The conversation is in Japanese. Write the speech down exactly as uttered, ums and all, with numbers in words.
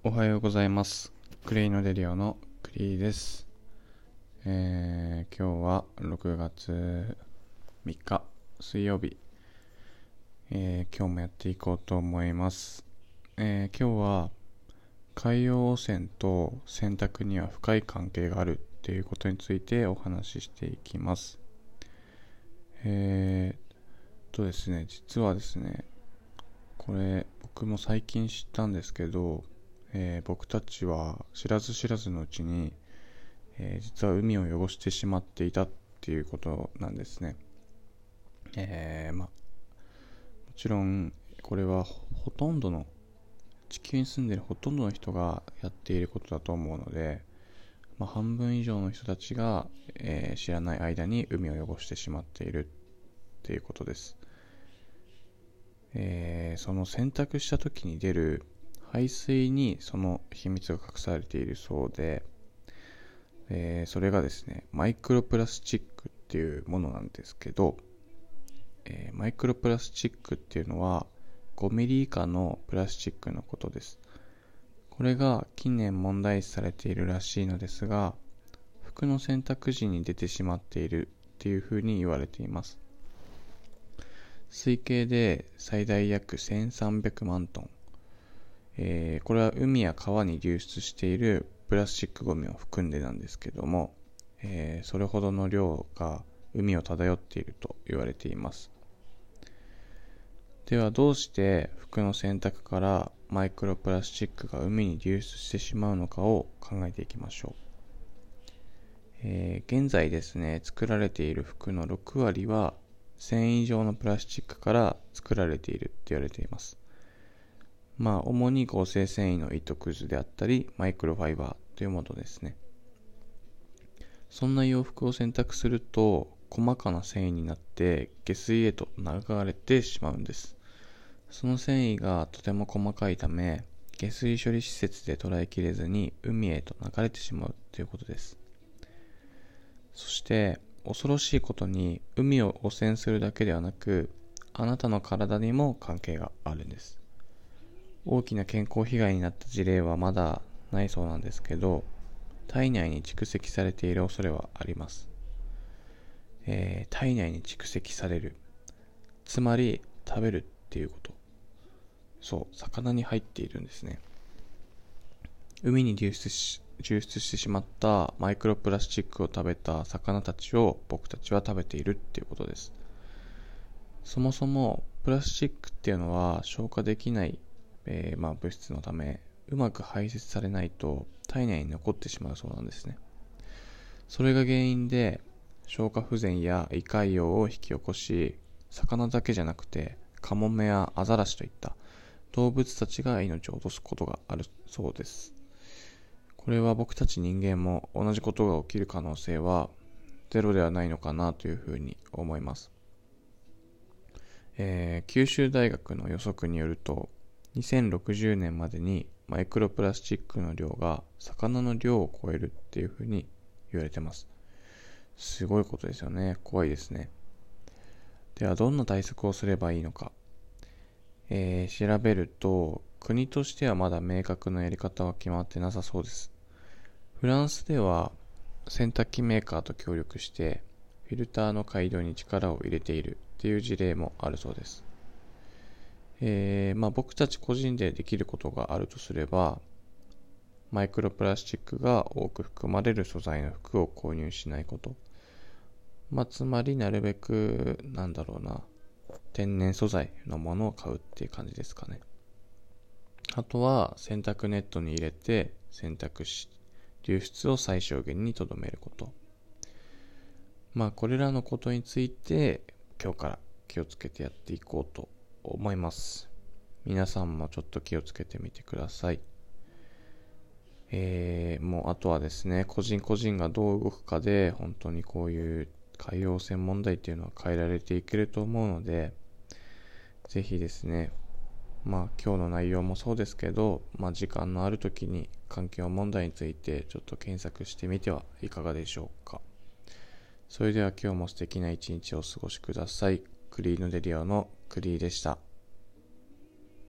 おはようございます。クレイのデリオのクリーです。えー、今日はろくがつみっか水曜日、えー、今日もやっていこうと思います。えー、今日は海洋汚染と洗濯には深い関係があるっていうことについてお話ししていきます。えーとですね、実はですね、これ僕も最近知ったんですけど、えー、僕たちは知らず知らずのうちに、えー、実は海を汚してしまっていたっていうことなんですね。えー、まあもちろんこれはほとんどの地球に住んでいるほとんどの人がやっていることだと思うので、まあ、半分以上の人たちが、えー、知らない間に海を汚してしまっているっていうことです。えー、その洗濯した時に出る排水にその秘密が隠されているそうで、えー、それがですね、マイクロプラスチックっていうものなんですけど、えー、マイクロプラスチックっていうのはごミリ以下のプラスチックのことです。これが近年問題視されているらしいのですが、服の洗濯時に出てしまっているっていうふうに言われています。推計で最大約せんさんびゃくまんトン、えー、これは海や川に流出しているプラスチックゴミを含んでなんですけども、えー、それほどの量が海を漂っていると言われています。ではどうして服の洗濯からマイクロプラスチックが海に流出してしまうのかを考えていきましょう。えー、現在ですね、作られている服のろくわりは繊維状のプラスチックから作られているって言われています。まあ主に合成繊維の糸くずであったりマイクロファイバーというものですね。そんな洋服を洗濯すると細かな繊維になって下水へと流れてしまうんです。その繊維がとても細かいため、下水処理施設で捉えきれずに海へと流れてしまうということです。そして恐ろしいことに海を汚染するだけではなく、あなたの体にも関係があるんです。大きな健康被害になった事例はまだないそうなんですけど、体内に蓄積されている恐れはあります。えー、体内に蓄積される、つまり食べるっていうこと。そう、魚に入っているんですね。海に流出し流出してしまったマイクロプラスチックを食べた魚たちを僕たちは食べているっていうことです。そもそもプラスチックっていうのは消化できない、えーまあ、物質のため、うまく排泄されないと体内に残ってしまうそうなんですね。それが原因で消化不全や胃潰瘍を引き起こし、魚だけじゃなくてカモメやアザラシといった動物たちが命を落とすことがあるそうです。これは僕たち人間も同じことが起きる可能性はゼロではないのかなというふうに思います。えー、九州大学の予測によると、にせんろくじゅうねんまでにマイクロプラスチックの量が魚の量を超えるっていうふうに言われてます。すごいことですよね。怖いですね。ではどんな対策をすればいいのか、えー、調べると、国としてはまだ明確なやり方は決まってなさそうです。フランスでは洗濯機メーカーと協力してフィルターの改良に力を入れているっていう事例もあるそうです。えーまあ、僕たち個人でできることがあるとすれば、マイクロプラスチックが多く含まれる素材の服を購入しないこと、まあ、つまりなるべくなんだろうな天然素材のものを買うっていう感じですかね。あとは洗濯ネットに入れて洗濯し、流出を最小限にとどめること。まあこれらのことについて今日から気をつけてやっていこうと思います。皆さんもちょっと気をつけてみてください。えー、もうあとはですね、個人個人がどう動くかで本当にこういう海洋汚染問題っていうのは変えられていけると思うので、ぜひですね、まあ今日の内容もそうですけど、まあ時間のある時に環境問題についてちょっと検索してみてはいかがでしょうか。それでは今日も素敵な一日をお過ごしください。クリーノデリオのクリーでした。